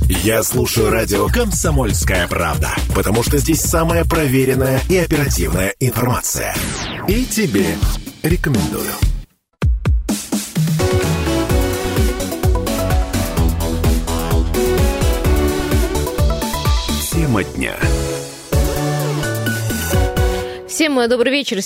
Я слушаю радио «Комсомольская правда», потому что здесь самая проверенная и оперативная информация. И тебе рекомендую. Тема дня. Всем добрый вечер.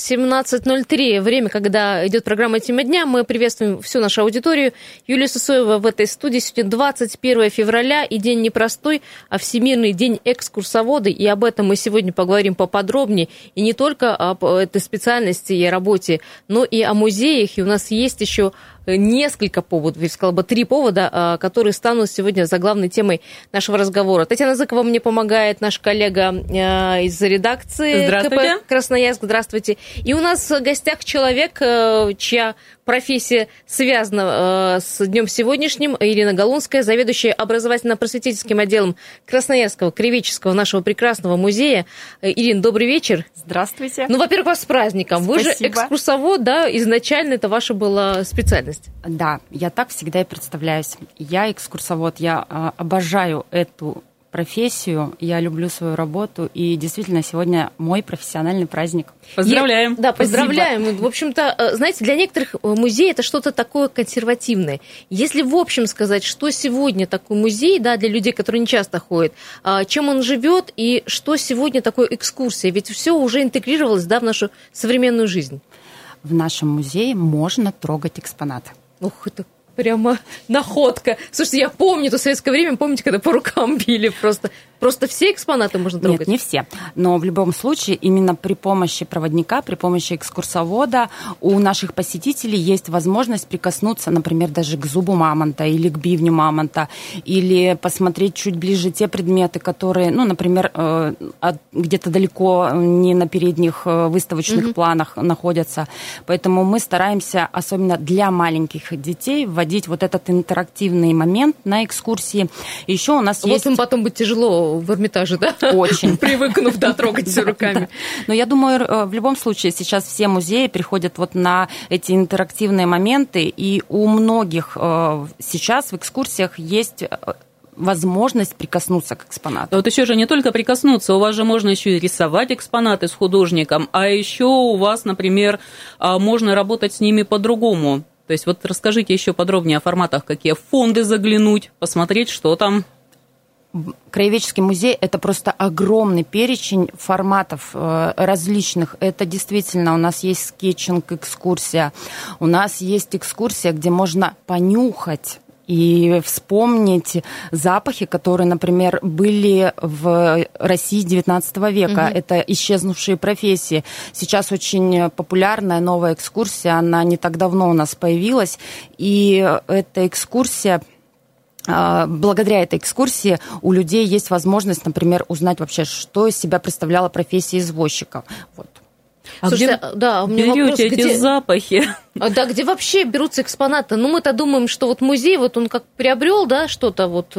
17:03. Время, когда идет программа «Тема дня». Мы приветствуем всю нашу аудиторию. Юлия Сысоева в этой студии. Сегодня 21 февраля и день непростой, а Всемирный день экскурсовода. И об этом мы сегодня поговорим поподробнее. И не только об этой специальности и работе, но и о музеях. И у нас есть еще несколько поводов, я сказала бы 3 повода, которые станут сегодня заглавной темой нашего разговора. Татьяна Зыкова мне помогает, наш коллега из редакции КП «Красноярск». Здравствуйте. И у нас в гостях человек, чья профессия связана с днем сегодняшним, Ирина Галунская, заведующая образовательно-просветительским отделом Красноярского краеведческого нашего прекрасного музея. Ирина, добрый вечер. Здравствуйте. Ну, во-первых, вас с праздником. Спасибо. Вы же экскурсовод, да, изначально это ваша была специальность. Да, я так всегда и представляюсь. Я экскурсовод, я обожаю эту профессию, я люблю свою работу, и действительно сегодня мой профессиональный праздник. Поздравляем. Да, поздравляем. Спасибо. В общем-то, знаете, для некоторых музей это что-то такое консервативное. Если в общем сказать, что сегодня такой музей, да, для людей, которые не часто ходят, чем он живет и что сегодня такое экскурсия, ведь все уже интегрировалось, да, в нашу современную жизнь. В нашем музее можно трогать экспонаты. Ух, это прямо находка. Слушайте, я помню то советское время, помните, когда по рукам били просто. Просто все экспонаты можно трогать? Нет, не все. Но в любом случае именно при помощи проводника, при помощи экскурсовода у наших посетителей есть возможность прикоснуться, например, даже к зубу мамонта или к бивню мамонта, или посмотреть чуть ближе те предметы, которые, ну, например, где-то далеко не на передних выставочных планах находятся. Поэтому мы стараемся, особенно для маленьких детей, вводить вот этот интерактивный момент на экскурсии. Еще у нас есть... Вот им потом будет тяжело в Эрмитаже, да? Очень. Привыкнув, да, трогать все руками. Но я думаю, в любом случае сейчас все музеи переходят вот на эти интерактивные моменты, и у многих сейчас в экскурсиях есть возможность прикоснуться к экспонату. Вот еще же не только прикоснуться, у вас же можно еще и рисовать экспонаты с художником, а еще у вас, например, можно работать с ними по-другому. То есть вот расскажите еще подробнее о форматах, какие фонды заглянуть, посмотреть, что там. Краеведческий музей – это просто огромный перечень форматов различных. Это действительно, у нас есть скетчинг-экскурсия, у нас есть экскурсия, где можно понюхать и вспомнить запахи, которые, например, были в России XIX века. Это исчезнувшие профессии. Сейчас очень популярная новая экскурсия, она не так давно у нас появилась, и эта экскурсия... Благодаря этой экскурсии у людей есть возможность, например, узнать вообще, что из себя представляла профессия извозчика. Вот. А слушайте, где да, у меня вопрос, эти запахи? Да, где вообще берутся экспонаты? Ну, мы-то думаем, что вот музей, вот он как приобрел, да, что-то вот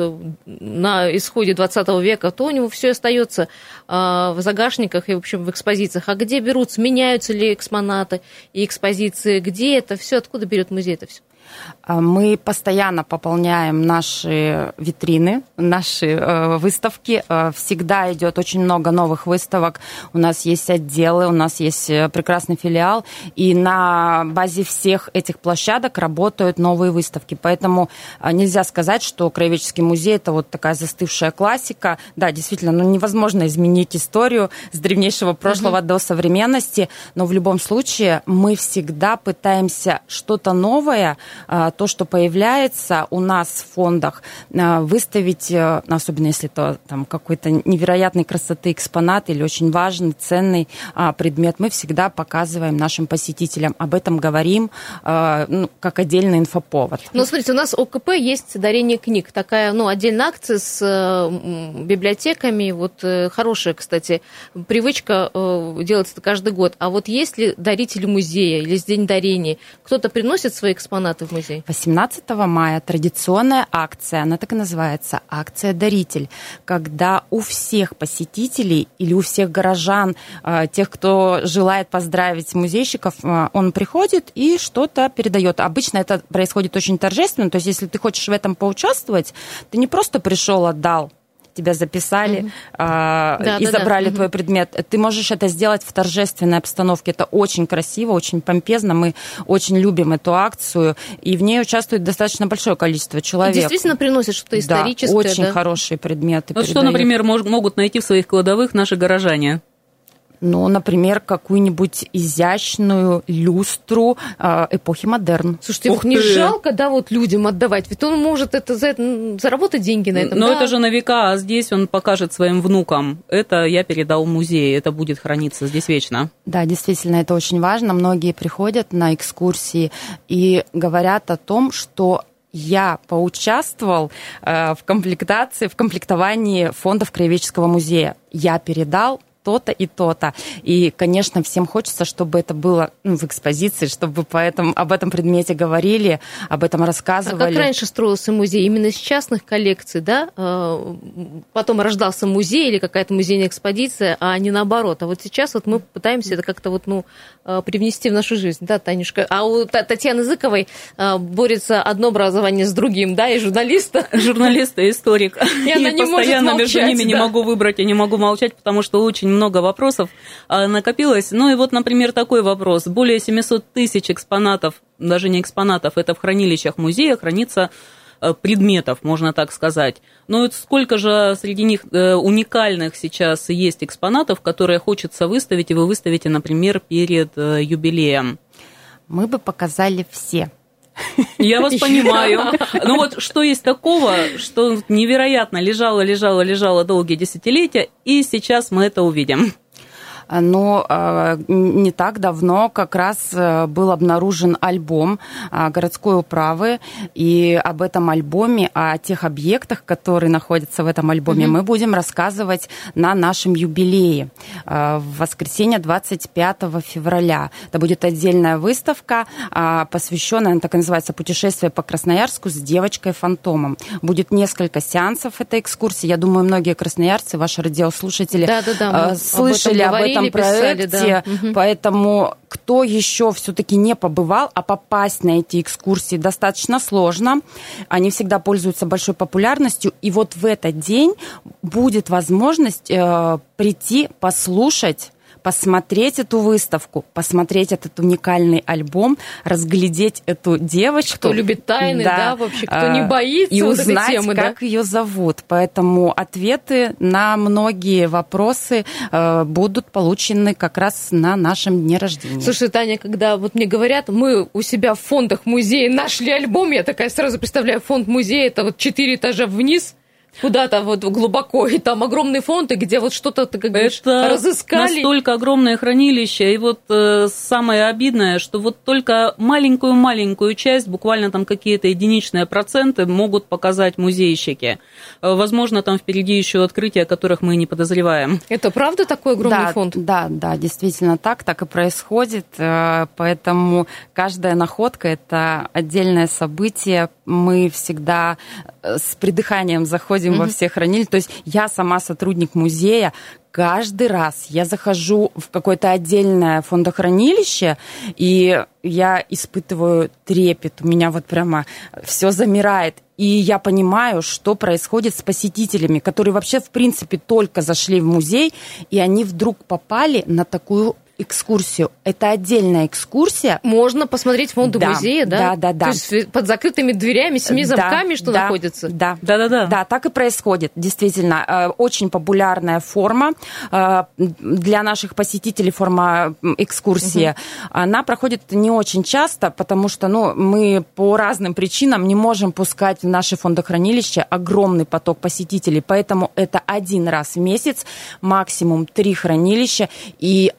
на исходе 20 века, то у него все остается в загашниках и, в общем, в экспозициях. А где берутся, меняются ли экспонаты и экспозиции? Где это все? Откуда берет музей это все? Мы постоянно пополняем наши витрины, наши выставки. Всегда идет очень много новых выставок. У нас есть отделы, у нас есть прекрасный филиал. И на базе всех этих площадок работают новые выставки. Поэтому нельзя сказать, что Краеведческий музей – это вот такая застывшая классика. Да, действительно, невозможно изменить историю с древнейшего прошлого до современности. Но в любом случае мы всегда пытаемся что-то новое, то, что появляется у нас в фондах, выставить, особенно если это там какой-то невероятной красоты экспонат или очень важный, ценный предмет, мы всегда показываем нашим посетителям, об этом говорим, как отдельный инфоповод. Ну, смотрите, у нас ОКП есть дарение книг, такая, отдельная акция с библиотеками, вот хорошая, кстати, привычка делать это каждый год. А вот есть ли дарители музея или с день дарения, кто-то приносит свои экспонаты, экспонаты в музей? 18 мая традиционная акция, она так и называется, акция «Даритель», когда у всех посетителей или у всех горожан, тех, кто желает поздравить музейщиков, он приходит и что-то передает. Обычно это происходит очень торжественно, то есть если ты хочешь в этом поучаствовать, ты не просто пришел, отдал, тебя записали и забрали твой предмет. Ты можешь это сделать в торжественной обстановке. Это очень красиво, очень помпезно. Мы очень любим эту акцию, и в ней участвует достаточно большое количество человек. И действительно приносит что-то историческое. Очень хорошие предметы. Вот что, например, могут найти в своих кладовых наши горожане? Ну, например, какую-нибудь изящную люстру эпохи модерн. Слушайте, вот не жалко, да, вот людям отдавать? Ведь он может заработать деньги на этом. Но это же на века, а здесь он покажет своим внукам. Это я передал в музей, это будет храниться здесь вечно. Да, действительно, это очень важно. Многие приходят на экскурсии и говорят о том, что я поучаствовал в комплектовании фондов Краеведческого музея. Я передал то-то и то-то. И, конечно, всем хочется, чтобы это было в экспозиции, чтобы об этом предмете говорили, об этом рассказывали. А как раньше строился музей? Именно из частных коллекций, да? Потом рождался музей или какая-то музейная экспозиция, а не наоборот. А вот сейчас вот мы пытаемся это как-то привнести в нашу жизнь, да, Танюшка? А у Татьяны Зыковой борется одно образование с другим, да, и журналиста. Журналист и историк. И она не постоянно может молчать, между ними не могу выбрать, я не могу молчать, потому что очень много вопросов накопилось. Ну и вот, например, такой вопрос. Более 700 тысяч экспонатов, даже не экспонатов, это в хранилищах музея хранится предметов, можно так сказать. Но вот сколько же среди них уникальных сейчас есть экспонатов, которые хочется выставить, и вы выставите, например, перед юбилеем? Мы бы показали все. Я вас понимаю. Ну вот что есть такого, что невероятно лежало долгие десятилетия, и сейчас мы это увидим. Но не так давно как раз был обнаружен альбом городской управы, и об этом альбоме, о тех объектах, которые находятся в этом альбоме, мы будем рассказывать на нашем юбилее в воскресенье 25 февраля. Это будет отдельная выставка, посвященная, она так и называется, «Путешествие по Красноярску с девочкой-фантомом». Будет несколько сеансов этой экскурсии. Я думаю, многие красноярцы, ваши радиослушатели, слышали об этом проекте, писали, да. Поэтому кто еще все-таки не побывал, а попасть на эти экскурсии достаточно сложно, они всегда пользуются большой популярностью, и вот в этот день будет возможность прийти, послушать, посмотреть эту выставку, посмотреть этот уникальный альбом, разглядеть эту девочку. Кто любит тайны, да, вообще, кто не боится и вот узнать, этой темы, как ее зовут. Поэтому ответы на многие вопросы будут получены как раз на нашем дне рождения. Слушай, Таня, когда вот мне говорят, мы у себя в фондах музея нашли альбом, я такая сразу представляю, фонд музея, это вот 4 этажа вниз, куда-то вот глубоко, и там огромные фонды, где вот что-то, как говоришь, разыскали. Настолько огромное хранилище, и вот самое обидное, что вот только маленькую-маленькую часть, буквально там какие-то единичные проценты могут показать музейщики. Возможно, там впереди еще открытия, о которых мы не подозреваем. Это правда такой огромный фонд? Да, действительно так и происходит, поэтому каждая находка – это отдельное событие. Мы всегда с придыханием заходим во все хранилища. То есть я сама сотрудник музея, каждый раз я захожу в какое-то отдельное фондохранилище, и я испытываю трепет, у меня вот прямо все замирает. И я понимаю, что происходит с посетителями, которые вообще, в принципе, только зашли в музей, и они вдруг попали на такую экскурсию. Это отдельная экскурсия. Можно посмотреть фонды музея, да? Да. То есть под закрытыми дверями, 7 замками, что находится? Да. Да, так и происходит, действительно. Очень популярная форма для наших посетителей, форма экскурсии. Она проходит не очень часто, потому что мы по разным причинам не можем пускать в наши фондохранилища огромный поток посетителей, поэтому это один раз в месяц, максимум 3 хранилища, и ограниченный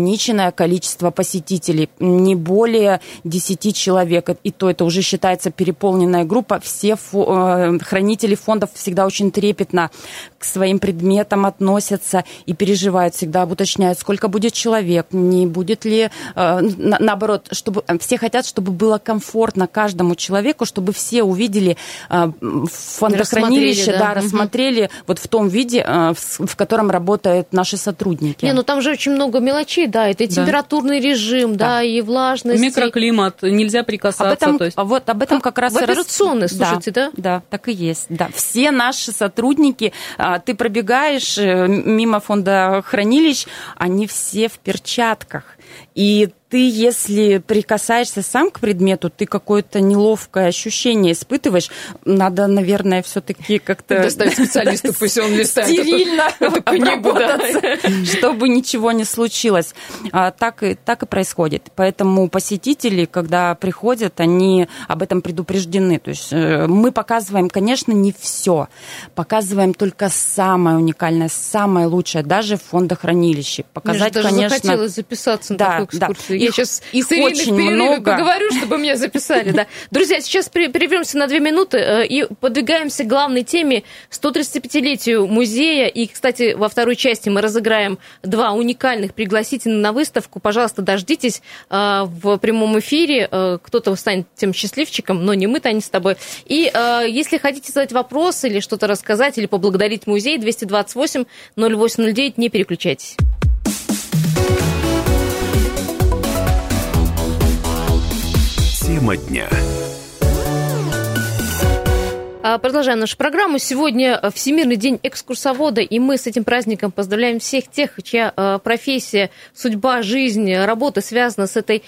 ограниченное количество посетителей, не более 10 человек, и то это уже считается переполненная группа. Все хранители фондов всегда очень трепетно к своим предметам относятся и переживают, всегда уточняют, сколько будет человек, не будет ли, наоборот, чтобы все хотят, чтобы было комфортно каждому человеку, чтобы все увидели фондохранилище, рассмотрели вот в том виде, в котором работают наши сотрудники. Ну там же очень много мелочей, да, это и температурный режим, да, и влажность. Микроклимат, нельзя прикасаться. Об этом как раз... В операционной, слушайте, да? Да, так и есть. Да. Все наши сотрудники, ты пробегаешь мимо фондохранилищ, они все в перчатках. И ты, если прикасаешься сам к предмету, ты какое-то неловкое ощущение испытываешь. Надо, наверное, все-таки как-то... Доставить специалиста, пусть он листает. Стерильно обработаться, чтобы ничего не случилось. Так и происходит. Поэтому посетители, когда приходят, они об этом предупреждены. То есть мы показываем, конечно, не все. Показываем только самое уникальное, самое лучшее, даже в фондохранилище. Показать, даже конечно... захотелось записаться на такую экскурсию. Я сейчас их с Ириной очень в перерыве много. Поговорю, чтобы меня записали. Да. Друзья, сейчас прервемся на 2 минуты и подвигаемся к главной теме 135-летию музея. И, кстати, во второй части мы разыграем 2 уникальных пригласительных на выставку. Пожалуйста, дождитесь в прямом эфире. Кто-то станет тем счастливчиком, но не мы, Таня, с тобой. И если хотите задать вопрос или что-то рассказать, или поблагодарить музей, 228-0809, не переключайтесь. Тема дня. Продолжаем нашу программу. Сегодня Всемирный день экскурсовода, и мы с этим праздником поздравляем всех тех, чья профессия, судьба, жизнь, работа связана с этой,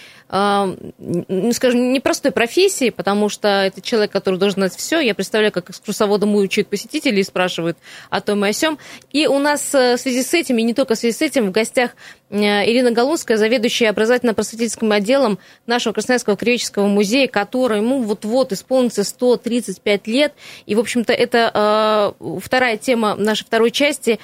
скажем, непростой профессией, потому что это человек, который должен знать все. Я представляю, как экскурсоводы мучают посетителей и спрашивают о том и о сём. И у нас в связи с этим, и не только в связи с этим, в гостях Ирина Галунская, заведующая образовательно-просветительским отделом нашего Красноярского краеведческого музея, которому вот-вот исполнится 135 лет. И, в общем-то, это вторая тема нашей второй части.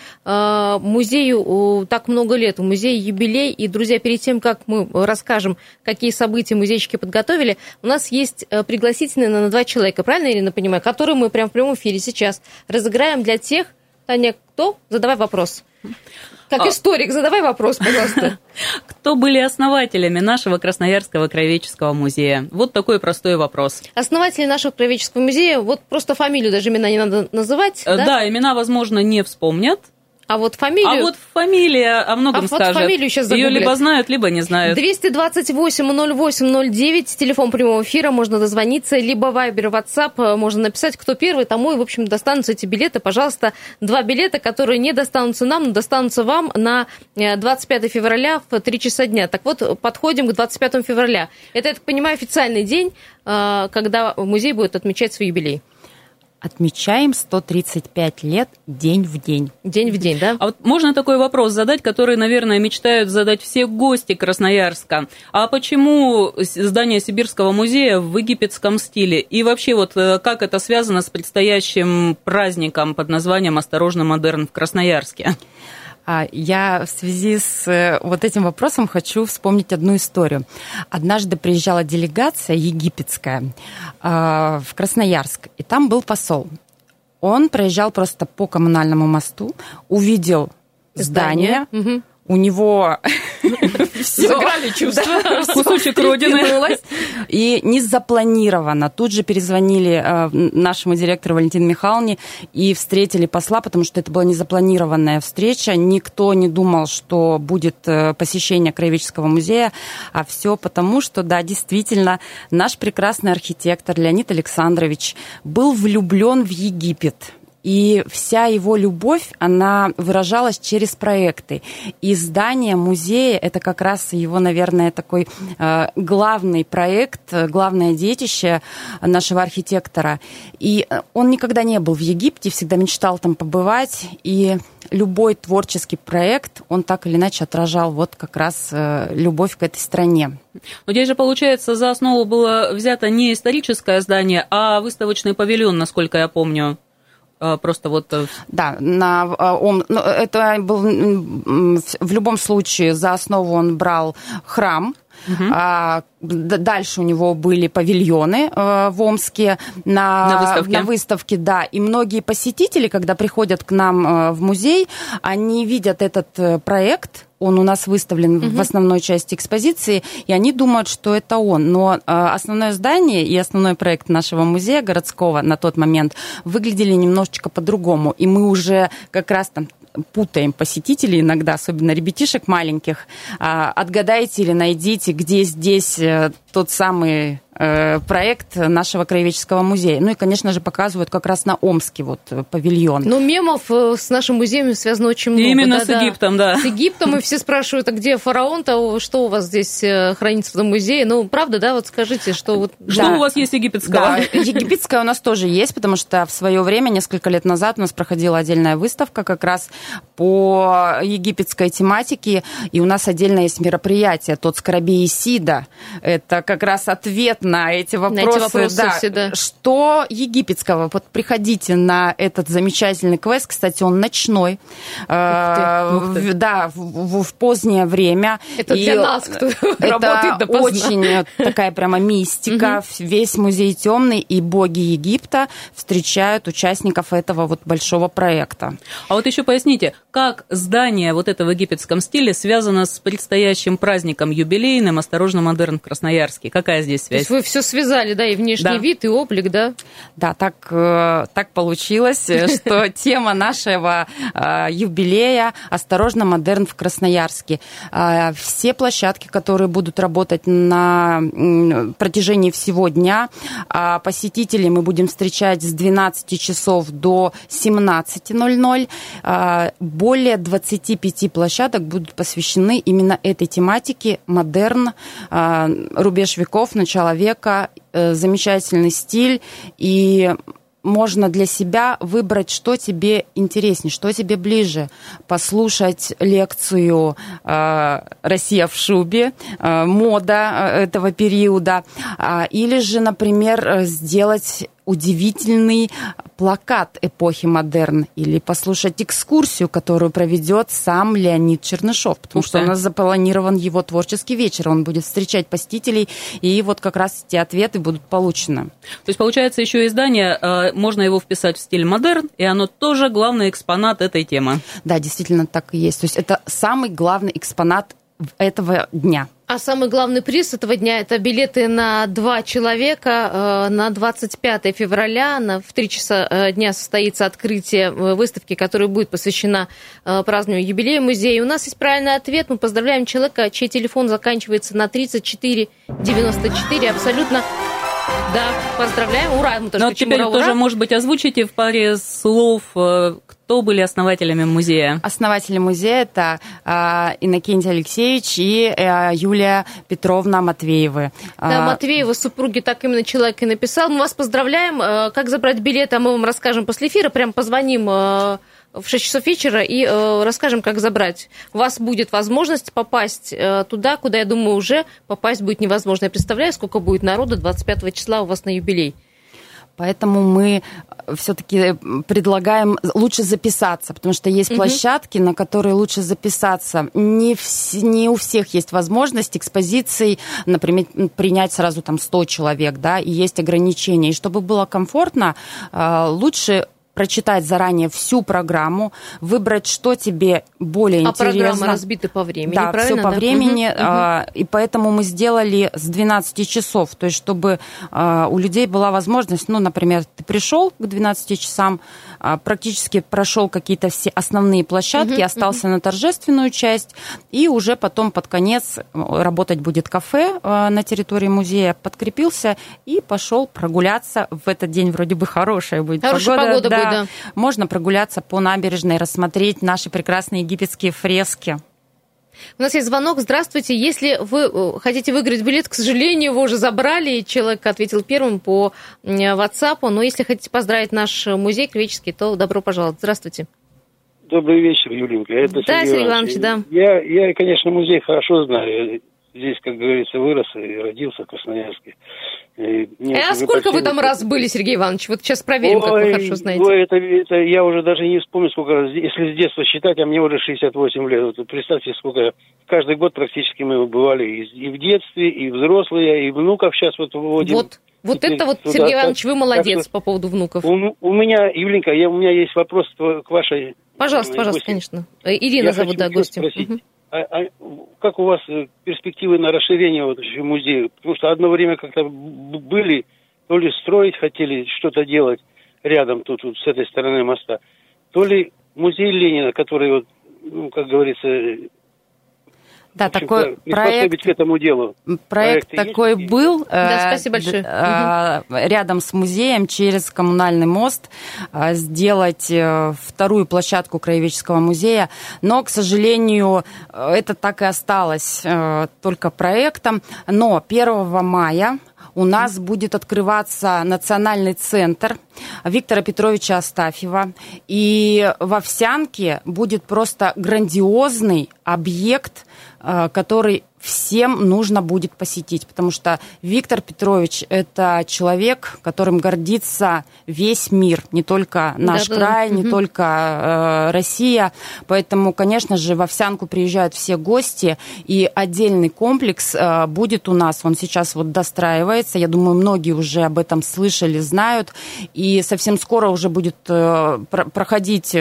Музею так много лет, у музея юбилей. И, друзья, перед тем, как мы расскажем, какие события музейщики подготовили, у нас есть пригласительные на 2 человека, правильно, Ирина, понимаю, которые мы прямо в прямом эфире сейчас разыграем для тех... Таня, кто? Задавай вопрос. Как историк, задавай вопрос, пожалуйста. Кто были основателями нашего Красноярского краеведческого музея? Вот такой простой вопрос. Основатели нашего краеведческого музея, вот просто фамилию, даже имена не надо называть, да? Да, имена, возможно, не вспомнят. А вот фамилию... А вот фамилия о многом скажет. Фамилию сейчас загуглят. Ее либо знают, либо не знают. 228-08-09, телефон прямого эфира, можно дозвониться, либо Вайбер, WhatsApp, можно написать, кто первый, тому и, в общем, достанутся эти билеты. Пожалуйста, 2 билета, которые не достанутся нам, но достанутся вам на 25 февраля в 3 часа дня. Так вот, подходим к 25 февраля. Это, я так понимаю, официальный день, когда музей будет отмечать свой юбилей. Отмечаем 135 лет день в день. День в день, да? А вот можно такой вопрос задать, который, наверное, мечтают задать все гости Красноярска. А почему здание Сибирского музея в египетском стиле? И вообще, вот как это связано с предстоящим праздником под названием «Осторожно, модерн» в Красноярске? Я в связи с вот этим вопросом хочу вспомнить одну историю. Однажды приезжала делегация египетская в Красноярск, и там был посол. Он проезжал просто по коммунальному мосту, увидел здание. У него сыграли чувства, кусочек родины. И не запланировано. Тут же перезвонили нашему директору Валентине Михайловне и встретили посла, потому что это была незапланированная встреча. Никто не думал, что будет посещение Краеведческого музея, а все потому, что, да, действительно, наш прекрасный архитектор Леонид Александрович был влюблен в Египет. И вся его любовь, она выражалась через проекты. И здание музея – это как раз его, наверное, такой главный проект, главное детище нашего архитектора. И он никогда не был в Египте, всегда мечтал там побывать. И любой творческий проект, он так или иначе отражал вот как раз любовь к этой стране. Но здесь же, получается, за основу было взято не историческое здание, а выставочный павильон, насколько я помню. просто вот... Да, это был в любом случае за основу он брал храм. Дальше у него были павильоны в Омске на выставке, да. И многие посетители, когда приходят к нам в музей, они видят этот проект. Он у нас выставлен в основной части экспозиции, и они думают, что это он. Но основное здание и основной проект нашего музея городского на тот момент выглядели немножечко по-другому. И мы уже как раз там путаем посетителей иногда, особенно ребятишек маленьких. Отгадайте или найдите, где здесь тот самый проект нашего краеведческого музея. Ну и, конечно же, показывают как раз на Омске вот павильон. Но мемов с нашим музеем связано очень много. Именно с Египтом, да. С Египтом, и все спрашивают, а где фараон-то, что у вас здесь хранится в этом музее? Ну, правда, да, вот скажите, что вот... Что у вас есть египетского? Да, египетское у нас тоже есть, потому что в свое время, несколько лет назад, у нас проходила отдельная выставка как раз по египетской тематике, и у нас отдельно есть мероприятие, тот Скарабей Исида. Это как раз ответ на эти вопросы, да. Что египетского? Вот приходите на этот замечательный квест. Кстати, он ночной. Ух ты. Да, в позднее время. Это для нас, кто работает допоздна. Это очень такая прямо мистика. Весь музей темный, и боги Египта встречают участников этого вот большого проекта. А вот еще поясните, как здание вот это в египетском стиле связано с предстоящим праздником юбилейным «Осторожно, модерн» в Красноярске? Какая здесь связь? Вы все связали, да, и внешний вид, и облик, да? Да, так получилось, что тема нашего юбилея «Осторожно, модерн» в Красноярске. Все площадки, которые будут работать на протяжении всего дня, посетителей мы будем встречать с 12 часов до 17:00. Более 25 площадок будут посвящены именно этой тематике «Модерн», рубеж веков, начало века, замечательный стиль, и можно для себя выбрать, что тебе интереснее, что тебе ближе. Послушать лекцию «Россия в шубе», мода этого периода, или же, например, сделать удивительный плакат эпохи модерн, или послушать экскурсию, которую проведет сам Леонид Чернышов, потому что у нас запланирован его творческий вечер, он будет встречать посетителей, и вот как раз эти ответы будут получены. То есть, получается, еще издание, можно его вписать в стиль модерн, и оно тоже главный экспонат этой темы. Да, действительно так и есть. То есть это самый главный экспонат этого дня. А самый главный приз этого дня – это билеты на 2 человека на 25 февраля. В 3 часа дня состоится открытие выставки, которая будет посвящена празднованию юбилея музея. У нас есть правильный ответ. Мы поздравляем человека, чей телефон заканчивается на 3494. Абсолютно. Да, поздравляем. Ура! Мы тоже теперь ура, тоже, ура. может быть, озвучите в паре слов, кто были основателями музея? Основатели музея – это Иннокентий Алексеевич и Юлия Петровна Матвеевы. Да, Матвеева, супруги, так именно человек и написал. Мы вас поздравляем. Как забрать билеты, мы вам расскажем после эфира. Прям позвоним в 6 часов вечера и расскажем, как забрать. У вас будет возможность попасть туда, куда, я думаю, уже попасть будет невозможно. Я представляю, сколько будет народу 25 числа у вас на юбилей. Поэтому мы все-таки предлагаем лучше записаться, потому что есть площадки, на которые лучше записаться. Не у всех есть возможность экспозиций, например, принять сразу там 100 человек, да, и есть ограничения. И чтобы было комфортно, лучше прочитать заранее всю программу, выбрать, что тебе более интересно. А программы разбиты по времени, да, правильно? Все по времени, и поэтому мы сделали с 12 часов, то есть чтобы у людей была возможность, ну, например, ты пришел к 12 часам, практически прошел какие-то все основные площадки, остался на торжественную часть, и уже потом под конец работать будет кафе на территории музея, подкрепился и пошел прогуляться. В этот день вроде бы хорошая будет погода. Да. Да. Можно прогуляться по набережной, рассмотреть наши прекрасные египетские фрески. У нас есть звонок. Здравствуйте. Если вы хотите выиграть билет, к сожалению, его уже забрали. Человек ответил первым по WhatsApp. Но если хотите поздравить наш музей краеведческий, то добро пожаловать. Здравствуйте. Добрый вечер, Юлинка. Это да, Сергей Иванович, да. Я, конечно, музей хорошо знаю. здесь, как говорится, вырос и родился в Красноярске. А сколько вы там раз были, Сергей Иванович? Вот сейчас проверим, как вы хорошо знаете. Это я уже даже не вспомню, сколько раз, если с детства считать, а мне уже 68 лет. Вот представьте, сколько, каждый год практически мы бывали и в детстве, и взрослые, и внуков сейчас вот выводим. Вот это вот, туда, Сергей Иванович, вы молодец по поводу внуков. У меня, Юленька, у меня есть вопрос к вашей... Пожалуйста, конечно. Ирина зовут, да, гостя. Как у вас перспективы на расширение вот музея? Потому что одно время как-то были, то ли строить хотели, что-то делать рядом тут с этой стороны моста, то ли музей Ленина, который, вот, ну, как говорится... Да, такой проект, к этому делу. Проект такой есть? Был. Да, спасибо большое. Рядом с музеем через коммунальный мост сделать вторую площадку Краеведческого музея. Но, к сожалению, это так и осталось только проектом. Но 1 мая у нас будет открываться национальный центр Виктора Петровича Астафьева. И в Овсянке будет просто грандиозный объект, который всем нужно будет посетить, потому что Виктор Петрович – это человек, которым гордится весь мир, не только наш край, не только Россия. Поэтому, конечно же, в Овсянку приезжают все гости, и отдельный комплекс будет у нас. Он сейчас вот достраивается. Я думаю, многие уже об этом слышали, знают. И совсем скоро уже будет проходить...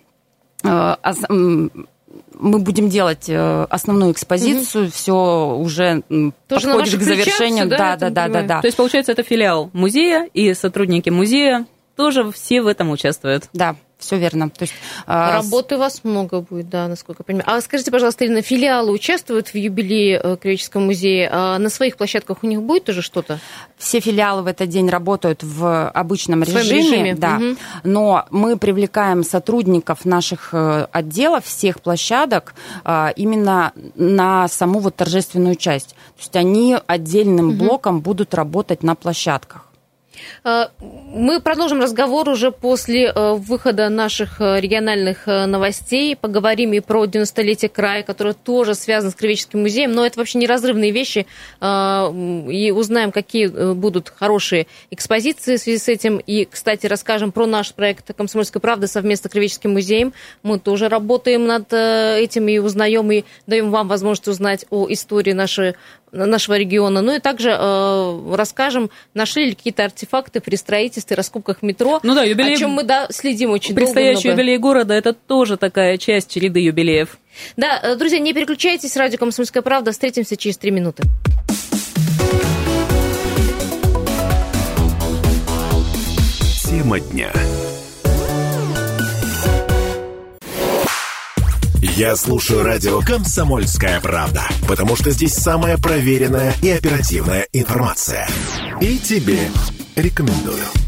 Мы будем делать основную экспозицию, все уже тоже подходит к завершению. Да. То есть, получается, это филиал музея, и сотрудники музея тоже все в этом участвуют. Да, все верно. То есть, работы у вас много будет, да, насколько я понимаю. А скажите, пожалуйста, Ирина, филиалы участвуют в юбилее Краеведческого музея? А на своих площадках у них будет тоже что-то? Все филиалы в этот день работают в обычном режиме. Да. Но мы привлекаем сотрудников наших отделов, всех площадок, именно на саму вот торжественную часть. То есть они отдельным блоком будут работать на площадках. Мы продолжим разговор уже после выхода наших региональных новостей. Поговорим и про 90-летие края, которое тоже связано с Краеведческим музеем. Но это вообще неразрывные вещи. И узнаем, какие будут хорошие экспозиции в связи с этим. И, кстати, расскажем про наш проект «Комсомольская правда» совместно с Краеведческим музеем. Мы тоже работаем над этим и узнаем, и даем вам возможность узнать о истории нашего региона. Ну и также расскажем, нашли ли какие-то артефакты при строительстве, раскопках метро, ну да, юбилей... о чем мы следим очень долго. Предстоящий юбилей города – это тоже такая часть череды юбилеев. Да, друзья, не переключайтесь, радио «Комсомольская правда». Встретимся через 3 минуты. Тема дня. Я слушаю радио «Комсомольская правда», потому что здесь самая проверенная и оперативная информация. И тебе рекомендую.